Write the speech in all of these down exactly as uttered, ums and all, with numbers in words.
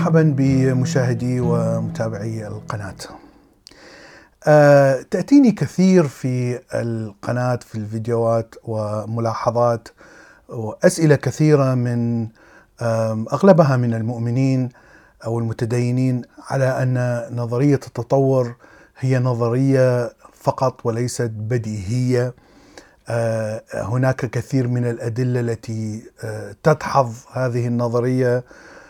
مرحبا بمشاهدي ومتابعي القناة. أه تأتيني كثير في القناة في الفيديوهات وملاحظات وأسئلة كثيرة من أغلبها من المؤمنين أو المتدينين على أن نظرية التطور هي نظرية فقط وليست بديهية. أه هناك كثير من الأدلة التي أه تدحض هذه النظرية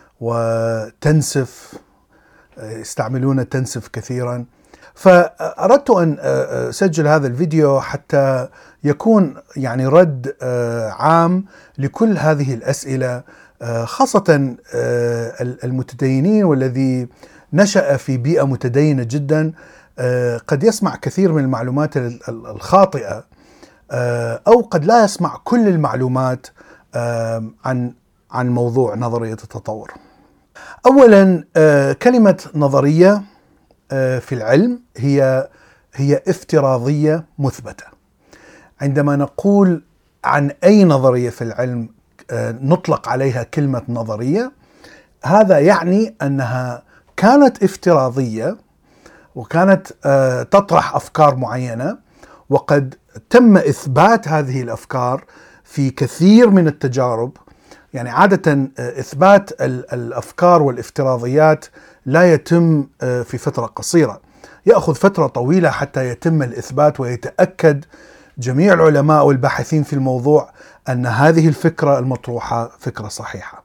وتنسف، يستعملون تنسف كثيرا. فأردت أن أسجل هذا الفيديو حتى يكون يعني رد عام لكل هذه الأسئلة، خاصة المتدينين والذي نشأ في بيئة متدينة جدا قد يسمع كثير من المعلومات الخاطئة أو قد لا يسمع كل المعلومات عن عن موضوع نظرية التطور. أولا، كلمة نظرية في العلم هي هي افتراضية مثبتة. عندما نقول عن أي نظرية في العلم نطلق عليها كلمة نظرية، هذا يعني أنها كانت افتراضية وكانت تطرح أفكار معينة، وقد تم إثبات هذه الأفكار في كثير من التجارب. يعني عادة إثبات الأفكار والافتراضيات لا يتم في فترة قصيرة، يأخذ فترة طويلة حتى يتم الإثبات ويتأكد جميع العلماء والباحثين في الموضوع أن هذه الفكرة المطروحة فكرة صحيحة.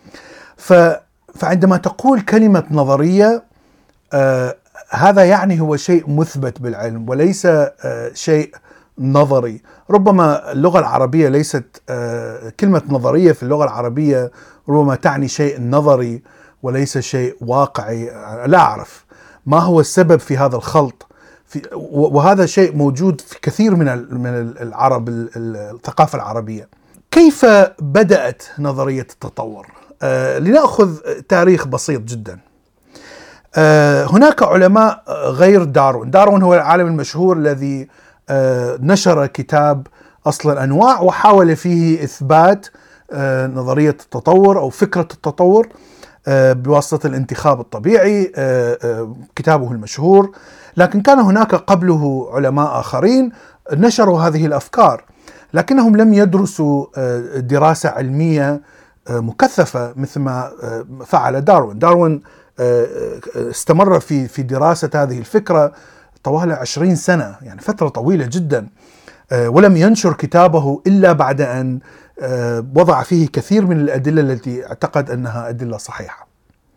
فعندما تقول كلمة نظرية، آه هذا يعني هو شيء مثبت بالعلم وليس آه شيء نظري. ربما اللغة العربية ليست آه كلمة نظرية في اللغة العربية ربما تعني شيء نظري وليس شيء واقعي. لا أعرف ما هو السبب في هذا الخلط، في وهذا شيء موجود في كثير من من العرب الثقافة العربية. كيف بدأت نظرية التطور؟ آه لنأخذ تاريخ بسيط جدا. آه هناك علماء غير داروين. داروين هو العالم المشهور الذي آه نشر كتاب أصل الأنواع وحاول فيه إثبات آه نظرية التطور أو فكرة التطور آه بواسطة الانتخاب الطبيعي، آه آه كتابه المشهور. لكن كان هناك قبله علماء آخرين نشروا هذه الأفكار، لكنهم لم يدرسوا آه دراسة علمية آه مكثفة مثل ما آه فعل داروين. داروين استمر في في دراسة هذه الفكرة طوال عشرين سنة، يعني فترة طويلة جدا، ولم ينشر كتابه إلا بعد أن وضع فيه كثير من الأدلة التي اعتقد أنها أدلة صحيحة.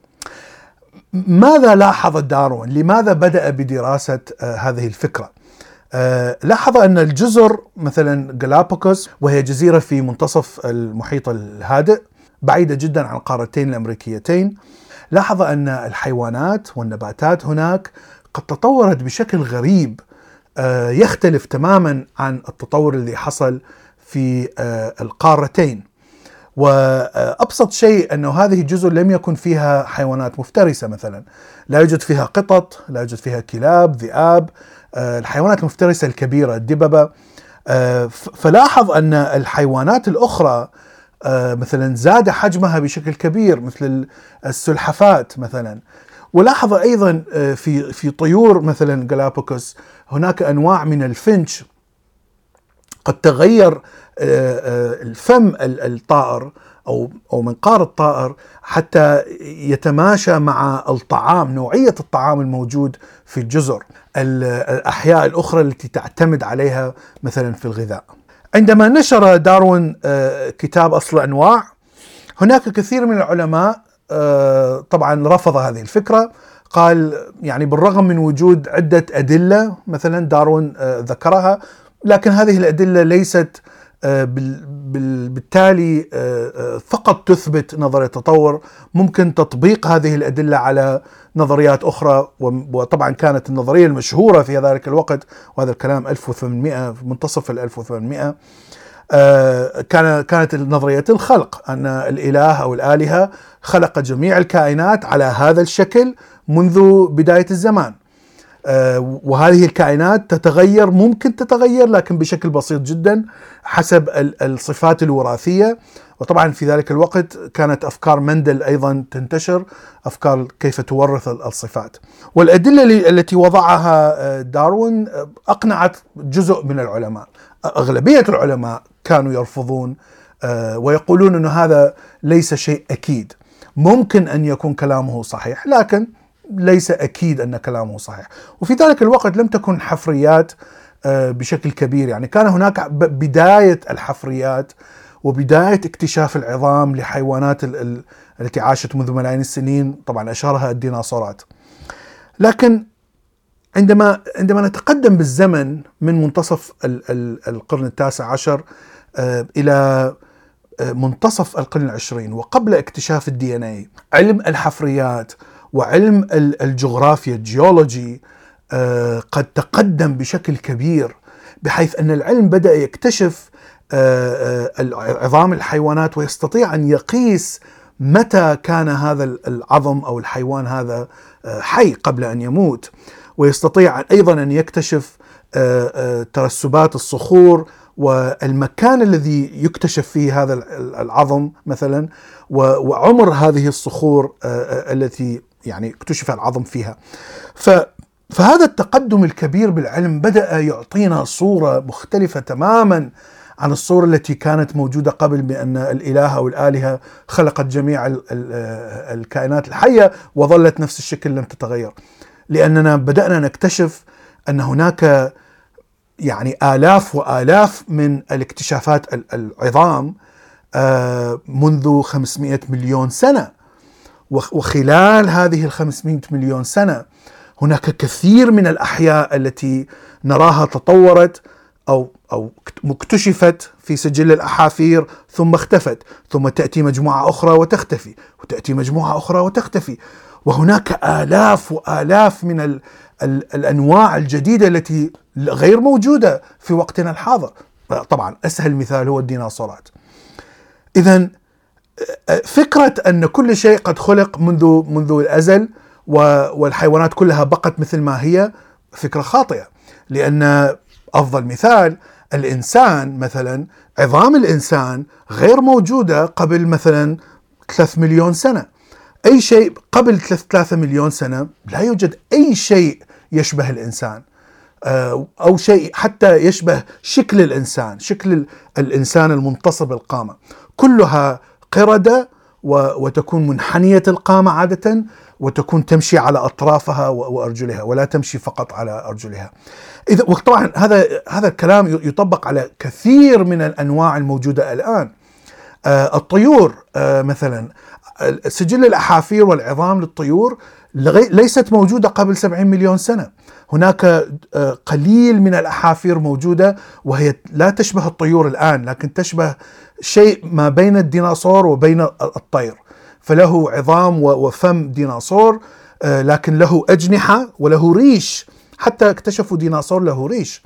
ماذا لاحظ داروين؟ لماذا بدأ بدراسة هذه الفكرة؟ لاحظ أن الجزر مثلا جالاباغوس، وهي جزيرة في منتصف المحيط الهادئ بعيدة جدا عن القارتين الأمريكيتين، لاحظ أن الحيوانات والنباتات هناك قد تطورت بشكل غريب يختلف تماما عن التطور الذي حصل في القارتين. وأبسط شيء أنه هذه الجزر لم يكن فيها حيوانات مفترسة، مثلا لا يوجد فيها قطط، لا يوجد فيها كلاب، ذئاب، الحيوانات المفترسة الكبيرة الدببة. فلاحظ أن الحيوانات الأخرى مثلا زاد حجمها بشكل كبير مثل السلحفات مثلا. ولاحظ أيضا في في طيور مثلا جالاباغوس هناك أنواع من الفنش قد تغير الفم الطائر أو أو منقار الطائر حتى يتماشى مع الطعام، نوعية الطعام الموجود في الجزر، الأحياء الأخرى التي تعتمد عليها مثلا في الغذاء. عندما نشر داروين كتاب أصل الأنواع، هناك كثير من العلماء طبعا رفض هذه الفكرة. قال يعني بالرغم من وجود عدة أدلة مثلا داروين ذكرها، لكن هذه الأدلة ليست بالتالي فقط تثبت نظرية التطور، ممكن تطبيق هذه الأدلة على نظريات أخرى. وطبعا كانت النظرية المشهورة في ذلك الوقت، وهذا الكلام ألف وثمانمائة في منتصف ال ألف وثمانمائة، كان كانت نظرية الخلق، أن الإله أو الآلهة خلق جميع الكائنات على هذا الشكل منذ بداية الزمان. وهذه الكائنات تتغير، ممكن تتغير لكن بشكل بسيط جدا حسب الصفات الوراثية. وطبعا في ذلك الوقت كانت أفكار مندل أيضا تنتشر، أفكار كيف تورث الصفات. والأدلة التي وضعها داروين أقنعت جزء من العلماء. أغلبية العلماء كانوا يرفضون ويقولون أن هذا ليس شيء أكيد، ممكن أن يكون كلامه صحيح لكن ليس أكيد أن كلامه صحيح. وفي ذلك الوقت لم تكن حفريات بشكل كبير، يعني كان هناك بداية الحفريات وبداية اكتشاف العظام لحيوانات التي عاشت منذ ملايين السنين، طبعا أشهرها الديناصورات. لكن عندما عندما نتقدم بالزمن من منتصف القرن التاسع عشر إلى منتصف القرن العشرين وقبل اكتشاف الدي ان اي، علم الحفريات وعلم الجغرافيا الجيولوجي قد تقدم بشكل كبير، بحيث أن العلم بدأ يكتشف عظام الحيوانات ويستطيع أن يقيس متى كان هذا العظم أو الحيوان هذا حي قبل أن يموت، ويستطيع أيضا أن يكتشف ترسبات الصخور والمكان الذي يكتشف فيه هذا العظم مثلا، وعمر هذه الصخور التي يعني اكتشف العظم فيها. فهذا التقدم الكبير بالعلم بدأ يعطينا صورة مختلفة تماما عن الصورة التي كانت موجودة قبل، بأن الإله أو الآلهة خلقت جميع الكائنات الحية وظلت نفس الشكل لم تتغير. لأننا بدأنا نكتشف أن هناك يعني آلاف وآلاف من الاكتشافات العظام منذ خمسمائة مليون سنة، وخلال هذه الخمسمائة مليون سنة هناك كثير من الأحياء التي نراها تطورت أو أو اكتشفت في سجل الأحافير ثم اختفت، ثم تأتي مجموعة أخرى وتختفي، وتأتي مجموعة أخرى وتختفي. وهناك آلاف وآلاف من ال ال الأنواع الجديدة التي غير موجودة في وقتنا الحاضر. طبعا أسهل مثال هو الديناصورات. إذن فكرة أن كل شيء قد خلق منذ منذ الأزل والحيوانات كلها بقت مثل ما هي فكرة خاطئة، لأن أفضل مثال الإنسان مثلا، عظام الإنسان غير موجودة قبل مثلا ثلاثة مليون سنة. أي شيء قبل ثلاثة مليون سنة لا يوجد أي شيء يشبه الإنسان أو شيء حتى يشبه شكل الإنسان، شكل الإنسان المنتصب القامة، كلها قردة وتكون منحنية القامة عادة، وتكون تمشي على أطرافها وأرجلها ولا تمشي فقط على أرجلها. إذا وطبعا هذا هذا الكلام يطبق على كثير من الأنواع الموجودة الآن. الطيور مثلا، سجل الأحافير والعظام للطيور ليست موجودة قبل سبعين مليون سنة. هناك قليل من الأحافير موجودة وهي لا تشبه الطيور الآن، لكن تشبه شيء ما بين الديناصور وبين الطير، فله عظام وفم ديناصور لكن له أجنحة وله ريش، حتى اكتشفوا ديناصور له ريش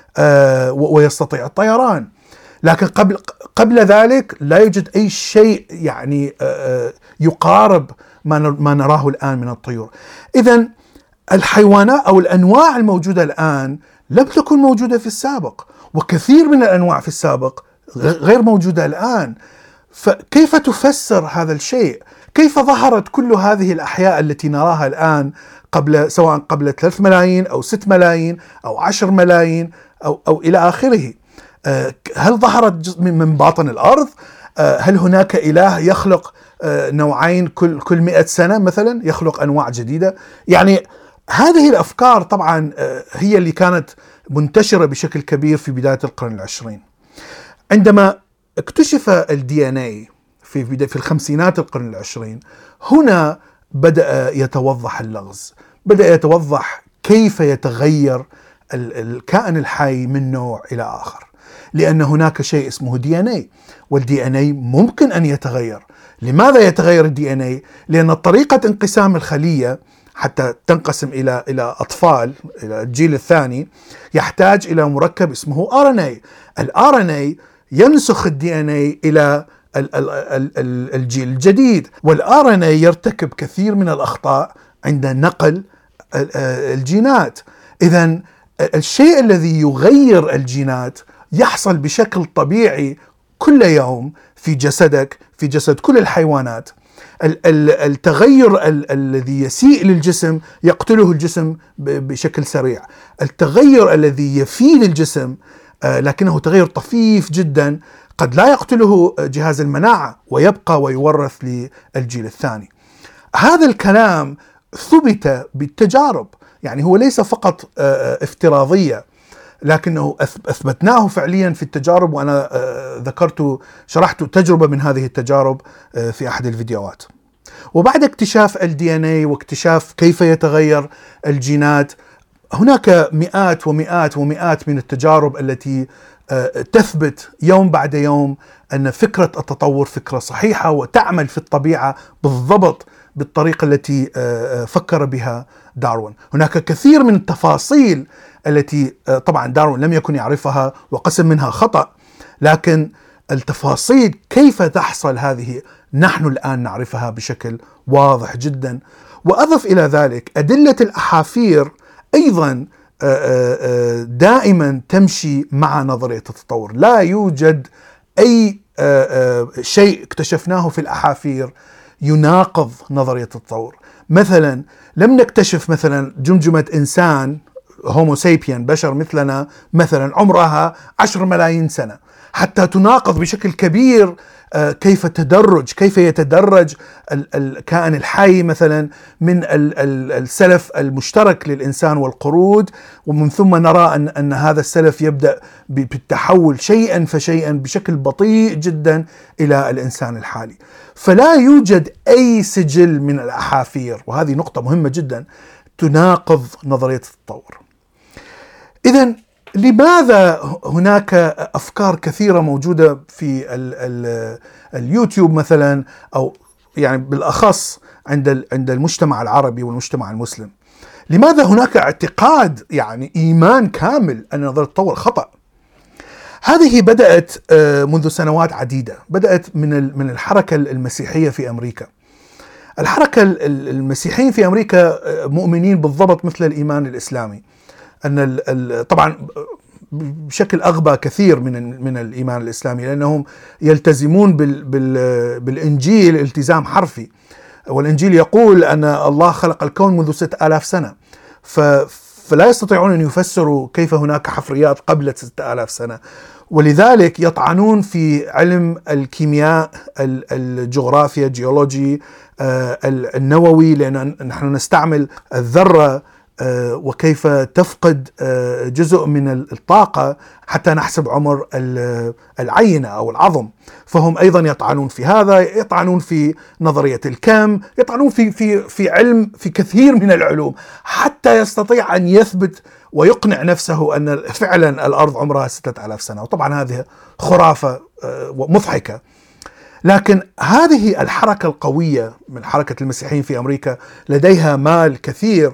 ويستطيع الطيران. لكن قبل قبل ذلك لا يوجد أي شيء يعني يقارب ما نراه الآن من الطيور. إذن الحيوانات أو الأنواع الموجودة الآن لم تكن موجودة في السابق، وكثير من الأنواع في السابق غير موجودة الآن. فكيف تفسر هذا الشيء؟ كيف ظهرت كل هذه الأحياء التي نراها الآن قبل سواء قبل ثلاث ملايين أو ست ملايين أو عشر ملايين أو أو إلى آخره؟ هل ظهرت من باطن الأرض؟ هل هناك إله يخلق نوعين كل كل مئة سنة مثلا، يخلق أنواع جديدة؟ يعني هذه الأفكار طبعا هي اللي كانت منتشرة بشكل كبير في بداية القرن العشرين. عندما اكتشف الدي ان اي في في الخمسينات القرن العشرين، هنا بدأ يتوضح اللغز، بدأ يتوضح كيف يتغير الكائن الحي من نوع إلى آخر، لأن هناك شيء اسمه دي ان اي، والدي ان اي ممكن أن يتغير. لماذا يتغير الدي ان اي؟ لأن طريقة انقسام الخلية حتى تنقسم إلى إلى أطفال، إلى الجيل الثاني، يحتاج إلى مركب اسمه ار ان اي. الار ان اي ينسخ الدي ان اي إلى الجيل الجديد، والار ان اي يرتكب كثير من الأخطاء عند نقل الجينات. إذن الشيء الذي يغير الجينات يحصل بشكل طبيعي كل يوم في جسدك، في جسد كل الحيوانات. التغير الذي يسيء للجسم يقتله الجسم بشكل سريع، التغير الذي يفيد الجسم لكنه تغير طفيف جدا قد لا يقتله جهاز المناعة ويبقى ويورث للجيل الثاني. هذا الكلام ثبت بالتجارب، يعني هو ليس فقط افتراضية لكنه أثبتناه فعليا في التجارب، وأنا ذكرت شرحت تجربة من هذه التجارب في أحد الفيديوهات. وبعد اكتشاف ال دي إن إيه واكتشاف كيف يتغير الجينات، هناك مئات ومئات ومئات من التجارب التي تثبت يوم بعد يوم أن فكرة التطور فكرة صحيحة وتعمل في الطبيعة بالضبط بالطريقة التي فكر بها داروين. هناك كثير من التفاصيل التي طبعا داروين لم يكن يعرفها وقسم منها خطأ، لكن التفاصيل كيف تحصل هذه نحن الآن نعرفها بشكل واضح جدا. وأضف إلى ذلك أدلة الأحافير أيضا دائما تمشي مع نظرية التطور. لا يوجد أي شيء اكتشفناه في الأحافير يناقض نظرية التطور. مثلا لم نكتشف مثلا جمجمة إنسان هومو سيبيان بشر مثلنا مثلا عمرها عشر ملايين سنة حتى تناقض بشكل كبير كيف تدرج كيف يتدرج الكائن الحي مثلا من السلف المشترك للإنسان والقرود، ومن ثم نرى أن أن هذا السلف يبدأ بالتحول شيئا فشيئا بشكل بطيء جدا إلى الإنسان الحالي. فلا يوجد أي سجل من الأحافير، وهذه نقطة مهمة جدا، تناقض نظرية التطور. إذن لماذا هناك أفكار كثيرة موجودة في ال ال اليوتيوب مثلا، أو يعني بالأخص عند عند المجتمع العربي والمجتمع المسلم؟ لماذا هناك اعتقاد يعني إيمان كامل أن نظرية التطور خطأ؟ هذه بدأت منذ سنوات عديدة، بدأت من من الحركة المسيحية في أمريكا. الحركة المسيحيين في أمريكا مؤمنين بالضبط مثل الإيمان الإسلامي، أن طبعا بشكل أغبى كثير من من الإيمان الإسلامي، لأنهم يلتزمون بال بال بالإنجيل التزام حرفي، والإنجيل يقول أن الله خلق الكون منذ ستة آلاف سنة، فلا يستطيعون أن يفسروا كيف هناك حفريات قبل ستة آلاف سنة، ولذلك يطعنون في علم الكيمياء، الجغرافيا، الجيولوجي، النووي، لأن نحن نستعمل الذرة وكيف تفقد جزء من الطاقة حتى نحسب عمر العينة أو العظم. فهم أيضا يطعنون في هذا، يطعنون في نظرية الكم، يطعنون في في في علم في كثير من العلوم حتى يستطيع أن يثبت ويقنع نفسه أن فعلا الأرض عمرها ستة آلاف سنة. وطبعا هذه خرافة مضحكة. لكن هذه الحركة القوية من حركة المسيحيين في أمريكا لديها مال كثير،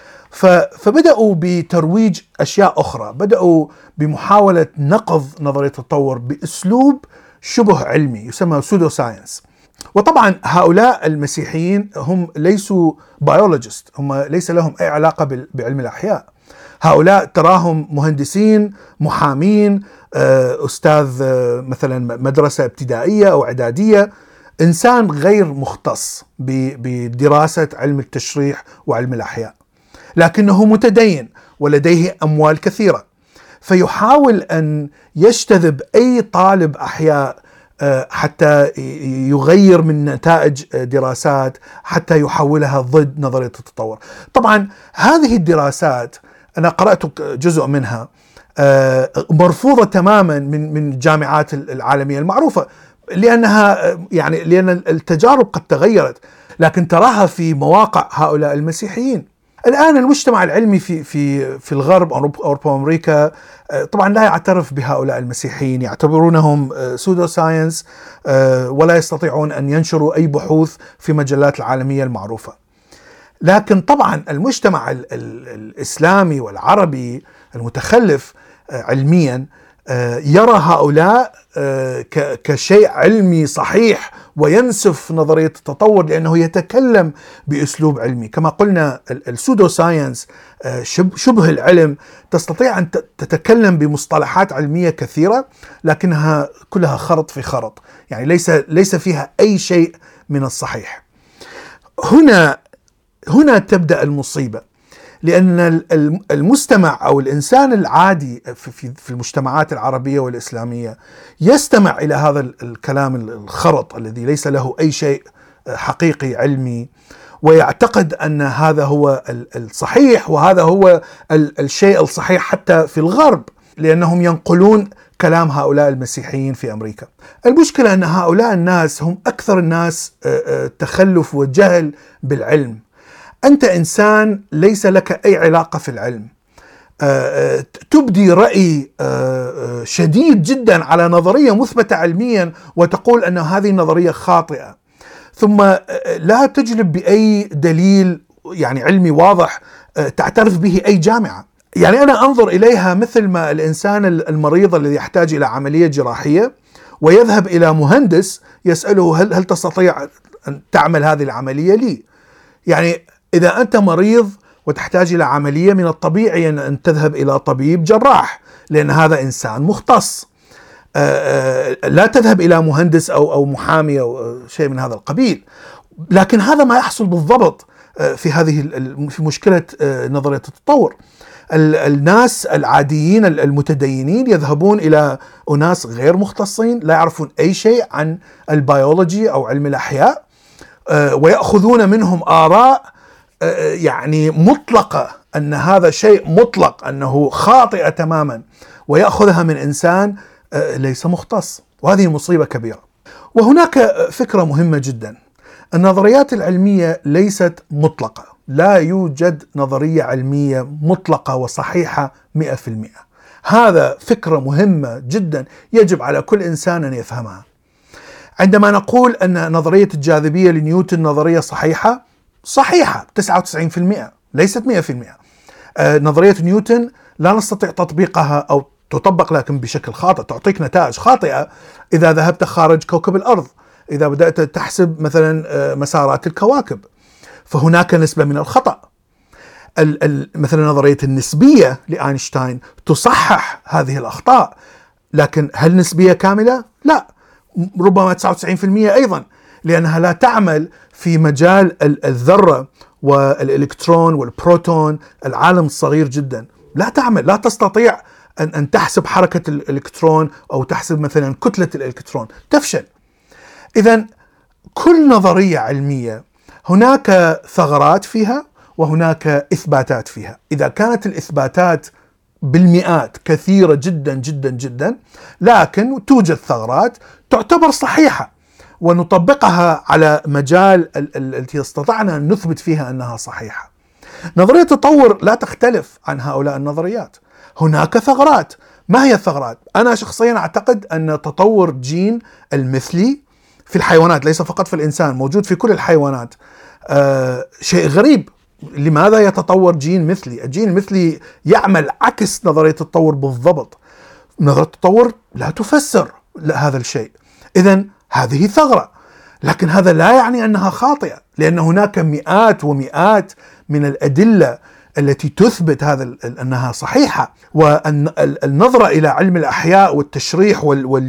فبدأوا بترويج أشياء أخرى، بدأوا بمحاولة نقض نظرية التطور بأسلوب شبه علمي يسمى سودو ساينس. وطبعا هؤلاء المسيحيين هم ليسوا بيولوجيست، هم ليس لهم أي علاقة بعلم الأحياء. هؤلاء تراهم مهندسين، محامين، أستاذ مثلا مدرسة ابتدائية أو إعدادية، إنسان غير مختص بدراسة علم التشريح وعلم الأحياء، لكنه متدين ولديه أموال كثيرة، فيحاول أن يجتذب أي طالب أحياء حتى يغير من نتائج دراسات حتى يحولها ضد نظرية التطور. طبعا هذه الدراسات أنا قرأت جزء منها مرفوضة تماما من من الجامعات العالمية المعروفة، لأنها يعني لأن التجارب قد تغيرت، لكن تراها في مواقع هؤلاء المسيحيين. الآن المجتمع العلمي في في في الغرب، أوروبا وأمريكا، طبعا لا يعترف بهؤلاء المسيحيين، يعتبرونهم سودو ساينس، ولا يستطيعون أن ينشروا أي بحوث في مجلات العالمية المعروفة. لكن طبعا المجتمع الإسلامي والعربي المتخلف علميا يرى هؤلاء كشيء علمي صحيح وينسف نظرية التطور لأنه يتكلم بأسلوب علمي. كما قلنا السودو ساينس شبه العلم تستطيع أن تتكلم بمصطلحات علمية كثيرة لكنها كلها خرط في خرط، يعني ليس ليس فيها أي شيء من الصحيح. هنا هنا تبدأ المصيبة، لأن المستمع أو الإنسان العادي في المجتمعات العربية والإسلامية يستمع إلى هذا الكلام الخرط الذي ليس له أي شيء حقيقي علمي، ويعتقد أن هذا هو الصحيح وهذا هو الشيء الصحيح حتى في الغرب، لأنهم ينقلون كلام هؤلاء المسيحيين في أمريكا. المشكلة أن هؤلاء الناس هم أكثر الناس تخلف وجهل بالعلم. أنت إنسان ليس لك أي علاقة في العلم، تبدي رأي شديد جدا على نظرية مثبتة علميا وتقول أن هذه النظرية خاطئة، ثم لا تجلب بأي دليل يعني علمي واضح تعترف به أي جامعة. يعني أنا أنظر إليها مثل ما الإنسان المريض الذي يحتاج إلى عملية جراحية ويذهب إلى مهندس يسأله هل هل تستطيع أن تعمل هذه العملية لي؟ يعني إذا أنت مريض وتحتاج إلى عملية، من الطبيعي أن تذهب إلى طبيب جراح لأن هذا إنسان مختص، لا تذهب إلى مهندس أو أو محامي أو شيء من هذا القبيل. لكن هذا ما يحصل بالضبط في هذه في مشكلة نظرية التطور. الناس العاديين المتدينين يذهبون إلى أناس غير مختصين لا يعرفون أي شيء عن البيولوجي أو علم الأحياء، ويأخذون منهم آراء يعني مطلقة أن هذا شيء مطلق أنه خاطئة تماما، ويأخذها من إنسان ليس مختص، وهذه مصيبة كبيرة. وهناك فكرة مهمة جدا، النظريات العلمية ليست مطلقة، لا يوجد نظرية علمية مطلقة وصحيحة مئة في المئة. هذا فكرة مهمة جدا يجب على كل إنسان أن يفهمها. عندما نقول أن نظرية الجاذبية لنيوتن نظرية صحيحة، صحيحة تسعة وتسعين بالمئة ليست مئة في المئة. آه نظرية نيوتن لا نستطيع تطبيقها أو تطبق لكن بشكل خاطئ، تعطيك نتائج خاطئة إذا ذهبت خارج كوكب الأرض، إذا بدأت تحسب مثلا آه مسارات الكواكب فهناك نسبة من الخطأ. مثلا نظرية النسبية لأينشتاين تصحح هذه الأخطاء، لكن هل نسبية كاملة؟ لا، ربما تسعة وتسعين بالمئة أيضا، لأنها لا تعمل في مجال الذرة والإلكترون والبروتون، العالم الصغير جدا، لا تعمل، لا تستطيع أن أن تحسب حركة الإلكترون أو تحسب مثلا كتلة الإلكترون، تفشل. إذن كل نظرية علمية هناك ثغرات فيها وهناك إثباتات فيها. إذا كانت الإثباتات بالمئات كثيرة جدا جدا جدا لكن توجد ثغرات تعتبر صحيحة ونطبقها على مجال التي استطعنا أن نثبت فيها أنها صحيحة. نظرية التطور لا تختلف عن هؤلاء النظريات، هناك ثغرات. ما هي الثغرات؟ أنا شخصيا أعتقد أن تطور جين المثلي في الحيوانات، ليس فقط في الإنسان، موجود في كل الحيوانات، آه شيء غريب. لماذا يتطور جين مثلي؟ الجين المثلي يعمل عكس نظرية التطور بالضبط. نظرية التطور لا تفسر هذا الشيء، إذن هذه ثغرة، لكن هذا لا يعني أنها خاطئة، لأن هناك مئات ومئات من الأدلة التي تثبت هذا أنها صحيحة. والنظرة إلى علم الأحياء والتشريح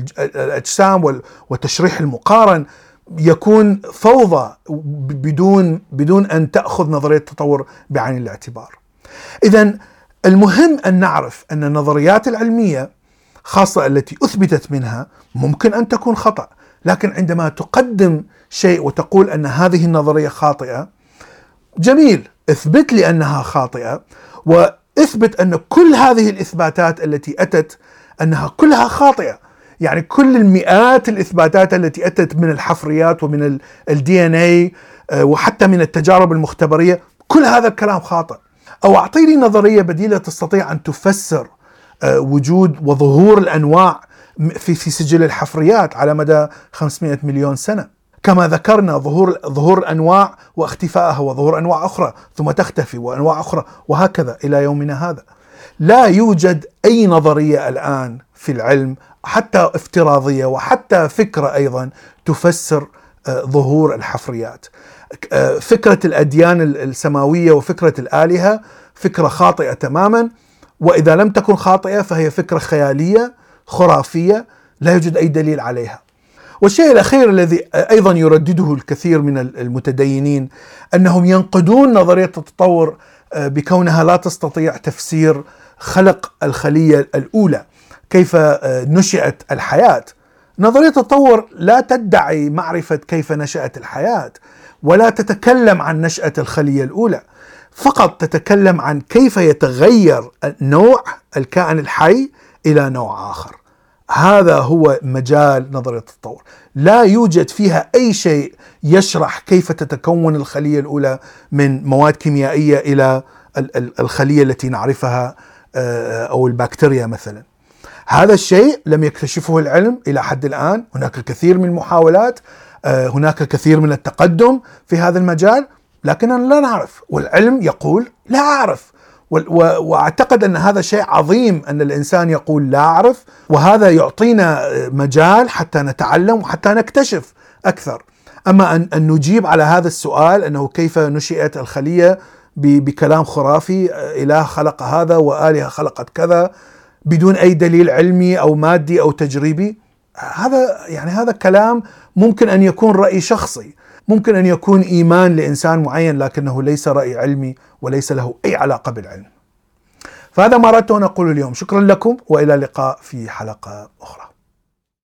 والأجسام والتشريح المقارن يكون فوضى بدون بدون أن تأخذ نظرية التطور بعين الاعتبار. إذن المهم أن نعرف أن النظريات العلمية خاصة التي أثبتت منها ممكن أن تكون خطأ، لكن عندما تقدم شيء وتقول أن هذه النظرية خاطئة، جميل، اثبت لي أنها خاطئة، واثبت أن كل هذه الإثباتات التي أتت أنها كلها خاطئة. يعني كل المئات الإثباتات التي أتت من الحفريات ومن الدي ان اي وحتى من التجارب المختبرية، كل هذا الكلام خاطئ. أو أعطيني نظرية بديلة تستطيع أن تفسر وجود وظهور الأنواع في في سجل الحفريات على مدى خمسمئة مليون سنة. كما ذكرنا ظهور ظهور أنواع واختفائها، وظهور أنواع أخرى ثم تختفي، وأنواع أخرى، وهكذا إلى يومنا هذا. لا يوجد أي نظرية الآن في العلم حتى افتراضية وحتى فكرة أيضا تفسر ظهور الحفريات. فكرة الأديان السماوية وفكرة الآلهة فكرة خاطئة تماما، وإذا لم تكن خاطئة فهي فكرة خيالية خرافية لا يوجد أي دليل عليها. والشيء الأخير الذي أيضا يردده الكثير من المتدينين أنهم ينقدون نظرية التطور بكونها لا تستطيع تفسير خلق الخلية الأولى، كيف نشأت الحياة. نظرية التطور لا تدعي معرفة كيف نشأت الحياة، ولا تتكلم عن نشأة الخلية الأولى، فقط تتكلم عن كيف يتغير نوع الكائن الحي إلى نوع آخر. هذا هو مجال نظرية التطور، لا يوجد فيها أي شيء يشرح كيف تتكون الخلية الأولى من مواد كيميائية إلى الخلية التي نعرفها أو البكتيريا مثلا. هذا الشيء لم يكتشفه العلم إلى حد الآن. هناك الكثير من المحاولات، هناك الكثير من التقدم في هذا المجال، لكننا لا نعرف، والعلم يقول لا أعرف. وأعتقد أن هذا شيء عظيم أن الإنسان يقول لا أعرف، وهذا يعطينا مجال حتى نتعلم وحتى نكتشف أكثر. أما أن نجيب على هذا السؤال أنه كيف نشئت الخلية بكلام خرافي، إله خلق هذا وآلهة خلقت كذا، بدون أي دليل علمي أو مادي أو تجريبي، هذا يعني هذا كلام ممكن أن يكون رأي شخصي، ممكن أن يكون إيمان لإنسان معين، لكنه ليس رأي علمي وليس له أي علاقة بالعلم. فهذا ما أردت أن أقول اليوم. شكرا لكم، وإلى اللقاء في حلقة أخرى.